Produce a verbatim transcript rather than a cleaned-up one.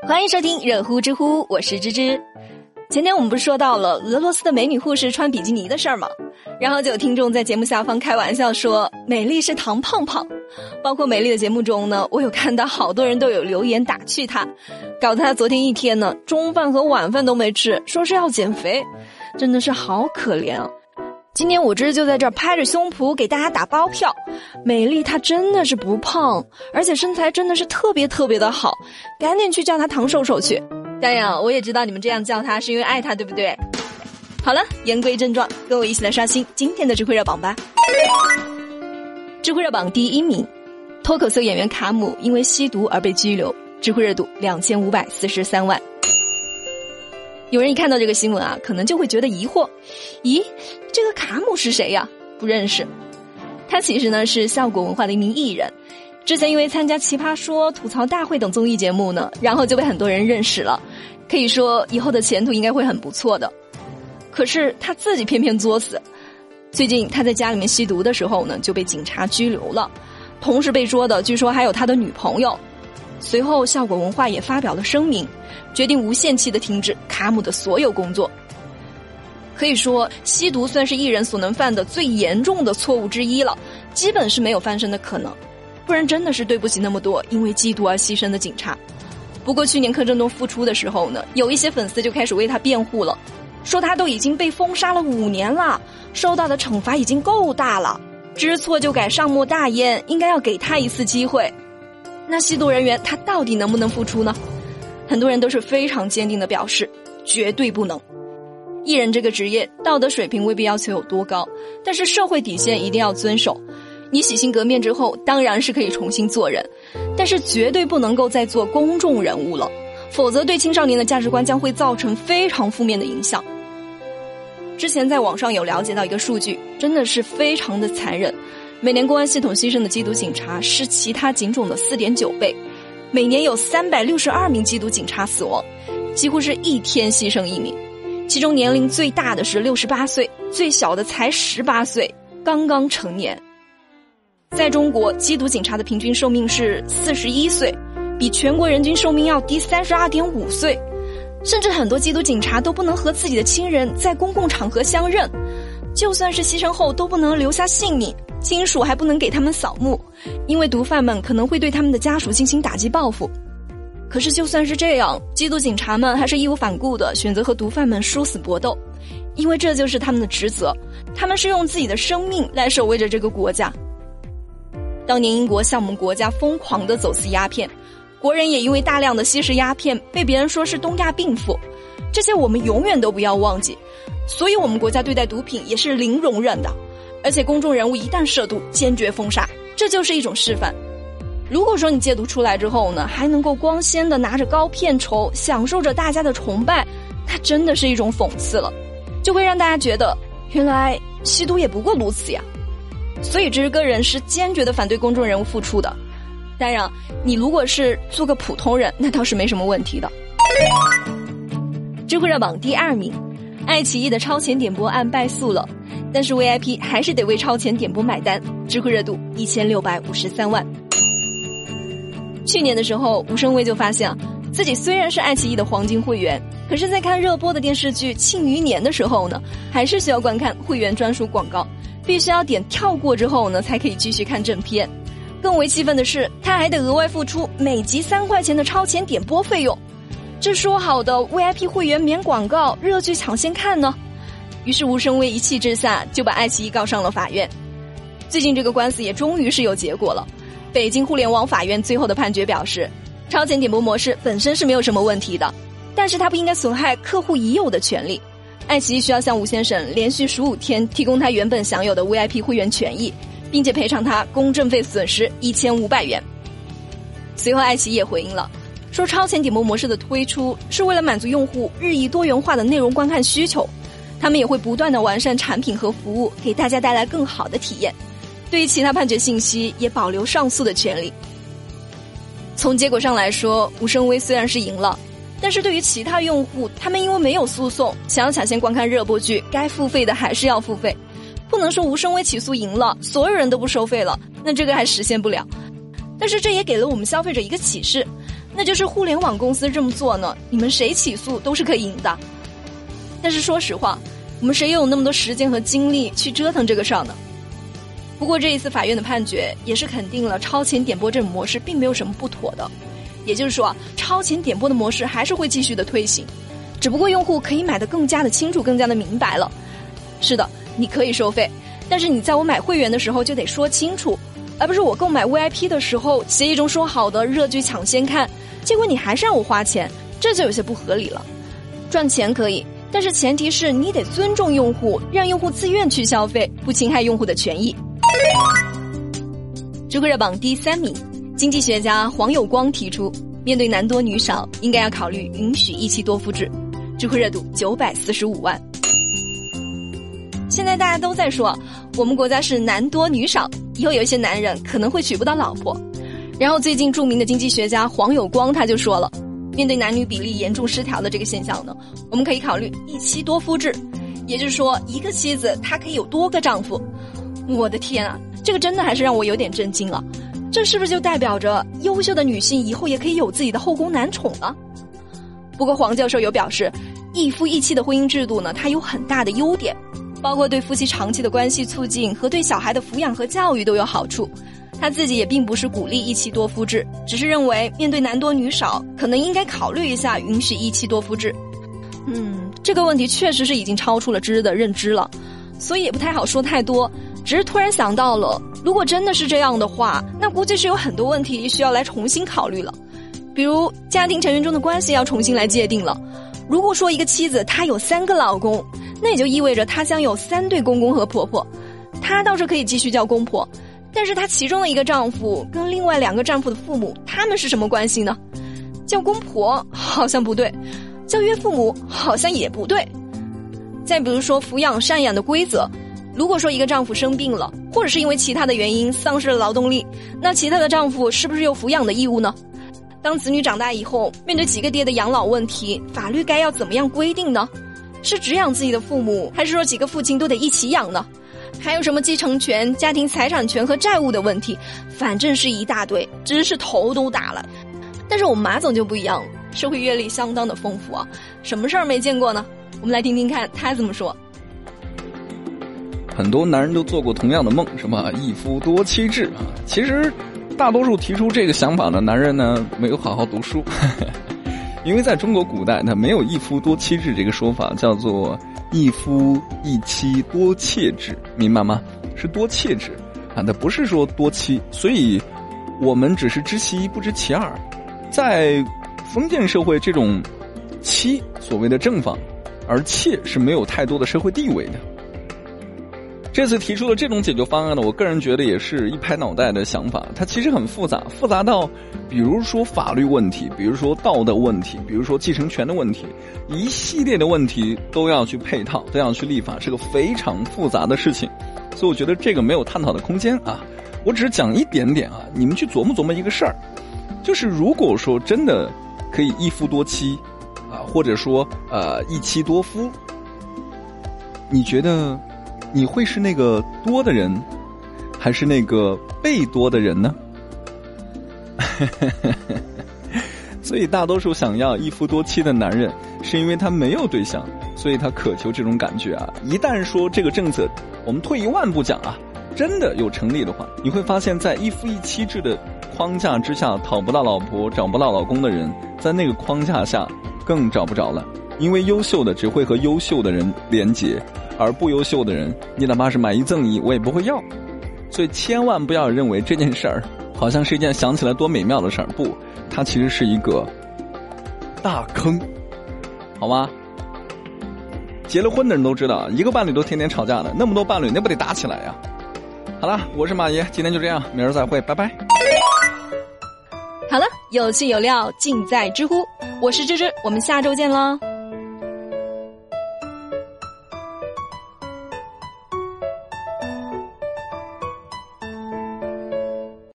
欢迎收听热乎知乎，我是芝芝。前天我们不是说到了俄罗斯的美女护士穿比基尼的事儿吗？然后就有听众在节目下方开玩笑说美丽是糖胖胖，包括美丽的节目中呢，我有看到好多人都有留言打趣她，搞得她昨天一天呢中饭和晚饭都没吃，说是要减肥，真的是好可怜啊。今天我这就在这儿拍着胸脯给大家打包票，美丽她真的是不胖，而且身材真的是特别特别的好，赶紧去叫她唐瘦瘦去。当然我也知道你们这样叫她是因为爱她，对不对？好了，言归正传，跟我一起来刷新今天的智慧热榜吧。智慧热榜第一名，脱口秀演员卡姆因为吸毒而被拘留，智慧热度两千五百四十三万。有人一看到这个新闻啊，可能就会觉得疑惑，咦，这个卡姆是谁呀？不认识。他其实呢是效果文化的一名艺人，之前因为参加奇葩说、吐槽大会等综艺节目呢，然后就被很多人认识了，可以说以后的前途应该会很不错的。可是他自己偏偏作死，最近他在家里面吸毒的时候呢，就被警察拘留了，同时被捉的据说还有他的女朋友。随后效果文化也发表了声明，决定无限期的停止卡姆的所有工作。可以说吸毒算是艺人所能犯的最严重的错误之一了，基本是没有翻身的可能，不然真的是对不起那么多因为缉毒而牺牲的警察。不过去年柯震东复出的时候呢，有一些粉丝就开始为他辩护了，说他都已经被封杀了五年了，受到的惩罚已经够大了，知错就改，善莫大焉，应该要给他一次机会。那吸毒人员他到底能不能复出呢？很多人都是非常坚定的表示绝对不能。艺人这个职业道德水平未必要求有多高，但是社会底线一定要遵守。你洗心革面之后当然是可以重新做人，但是绝对不能够再做公众人物了，否则对青少年的价值观将会造成非常负面的影响。之前在网上有了解到一个数据，真的是非常的残忍，每年公安系统牺牲的缉毒警察是其他警种的 四点九 倍，每年有三百六十二名缉毒警察死亡，几乎是一天牺牲一名，其中年龄最大的是六十八岁，最小的才十八岁，刚刚成年。在中国，缉毒警察的平均寿命是四十一岁，比全国人均寿命要低 三十二点五岁，甚至很多缉毒警察都不能和自己的亲人在公共场合相认，就算是牺牲后都不能留下姓名，亲属还不能给他们扫墓，因为毒贩们可能会对他们的家属进行打击报复。可是就算是这样，缉毒警察们还是义无反顾地选择和毒贩们殊死搏斗，因为这就是他们的职责，他们是用自己的生命来守卫着这个国家。当年英国向我们国家疯狂地走私鸦片，国人也因为大量的吸食鸦片被别人说是东亚病夫，这些我们永远都不要忘记。所以我们国家对待毒品也是零容忍的，而且公众人物一旦涉毒坚决封杀，这就是一种示范。如果说你戒毒出来之后呢，还能够光鲜的拿着高片酬，享受着大家的崇拜，那真的是一种讽刺了，就会让大家觉得原来吸毒也不过如此呀。所以这个人是坚决的反对公众人物复出的。当然你如果是做个普通人，那倒是没什么问题的。知乎热榜第二名，爱奇艺的超前点播案败诉了，但是 V I P 还是得为超前点播买单，知乎热度一千六百五十三万。去年的时候，吴声威就发现啊，自己虽然是爱奇艺的黄金会员，可是在看热播的电视剧《庆余年》的时候呢，还是需要观看会员专属广告，必须要点跳过之后呢，才可以继续看正片。更为气愤的是，他还得额外付出每集三块钱的超前点播费用。这说好的 V I P 会员免广告，热剧抢先看呢？于是吴声威一气之下就把爱奇艺告上了法院。最近这个官司也终于是有结果了。北京互联网法院最后的判决表示，超前点播模式本身是没有什么问题的，但是它不应该损害客户已有的权利。爱奇艺需要向吴先生连续十五天提供他原本享有的 V I P 会员权益，并且赔偿他公证费损失一千五百元。随后爱奇艺也回应了，说超前点播模式的推出是为了满足用户日益多元化的内容观看需求，他们也会不断的完善产品和服务，给大家带来更好的体验。对于其他判决信息也保留上诉的权利。从结果上来说，吴声威虽然是赢了，但是对于其他用户，他们因为没有诉讼，想要抢先观看热播剧，该付费的还是要付费。不能说吴声威起诉赢了，所有人都不收费了，那这个还实现不了。但是这也给了我们消费者一个启示， 那就是互联网公司这么做呢，你们谁起诉都是可以赢的。但是说实话，我们谁有那么多时间和精力去折腾这个事儿呢？不过这一次法院的判决也是肯定了超前点播这种模式并没有什么不妥的，也就是说啊，超前点播的模式还是会继续的推行，只不过用户可以买得更加的清楚，更加的明白了。是的，你可以收费，但是你在我买会员的时候就得说清楚，而不是我购买 V I P 的时候协议中说好的热剧抢先看，结果你还是让我花钱，这就有些不合理了。赚钱可以，但是前提是你得尊重用户，让用户自愿去消费，不侵害用户的权益。知乎热榜第三名，经济学家黄有光提出，面对男多女少，应该要考虑允许一妻多夫制。知乎热度九百四十五万。现在大家都在说，我们国家是男多女少，以后有一些男人可能会娶不到老婆。然后最近著名的经济学家黄有光他就说了，面对男女比例严重失调的这个现象呢，我们可以考虑一妻多夫制，也就是说一个妻子她可以有多个丈夫。我的天啊，这个真的还是让我有点震惊了。这是不是就代表着优秀的女性以后也可以有自己的后宫男宠了？不过黄教授有表示，一夫一妻的婚姻制度呢，它有很大的优点，包括对夫妻长期的关系促进和对小孩的抚养和教育都有好处。他自己也并不是鼓励一妻多夫制，只是认为面对男多女少，可能应该考虑一下允许一妻多夫制。嗯，这个问题确实是已经超出了知的认知了，所以也不太好说太多。只是突然想到了，如果真的是这样的话，那估计是有很多问题需要来重新考虑了。比如家庭成员中的关系要重新来界定了。如果说一个妻子她有三个老公，那也就意味着她将有三对公公和婆婆。她倒是可以继续叫公婆，但是她其中的一个丈夫跟另外两个丈夫的父母，他们是什么关系呢？叫公婆好像不对，叫岳父母好像也不对。再比如说抚养赡养的规则，如果说一个丈夫生病了，或者是因为其他的原因丧失了劳动力，那其他的丈夫是不是有抚养的义务呢？当子女长大以后，面对几个爹的养老问题，法律该要怎么样规定呢？是只养自己的父母，还是说几个父亲都得一起养呢？还有什么继承权、家庭财产权和债务的问题，反正是一大堆，真是头都大了。但是我们马总就不一样了，社会阅历相当的丰富啊，什么事儿没见过呢？我们来听听看他怎么说。 很多男人都做过同样的梦，什么一夫多妻制啊？其实大多数提出这个想法的男人呢，没有好好读书。因为在中国古代呢，没有一夫多妻制这个说法，叫做一夫一妻多妾制，明白吗？是多妾制啊，那不是说多妻。所以我们只是知其一不知其二。在封建社会，这种妻所谓的正房，而妾是没有太多的社会地位的。这次提出了这种解决方案呢，我个人觉得也是一拍脑袋的想法。它其实很复杂，复杂到比如说法律问题，比如说道德问题，比如说继承权的问题，一系列的问题都要去配套，都要去立法，是个非常复杂的事情。所以我觉得这个没有探讨的空间啊。我只是讲一点点啊，你们去琢磨琢磨一个事儿，就是如果说真的可以一夫多妻啊，或者说呃一妻多夫，你觉得你会是那个多的人，还是那个被多的人呢？所以大多数想要一夫多妻的男人，是因为他没有对象，所以他渴求这种感觉啊。一旦说这个政策，我们退一万步讲啊，真的有成立的话，你会发现在一夫一妻制的框架之下，讨不到老婆找不到老公的人，在那个框架下更找不着了。因为优秀的只会和优秀的人连结，而不优秀的人，你哪怕是买一赠一，我也不会要。所以千万不要认为这件事儿好像是一件想起来多美妙的事儿，不，它其实是一个大坑，好吗？结了婚的人都知道，一个伴侣都天天吵架的，那么多伴侣，那不得打起来呀？好了，我是马爷，今天就这样，明儿再会，拜拜。 好了，有趣有料尽在知乎，我是芝芝，我们下周见喽。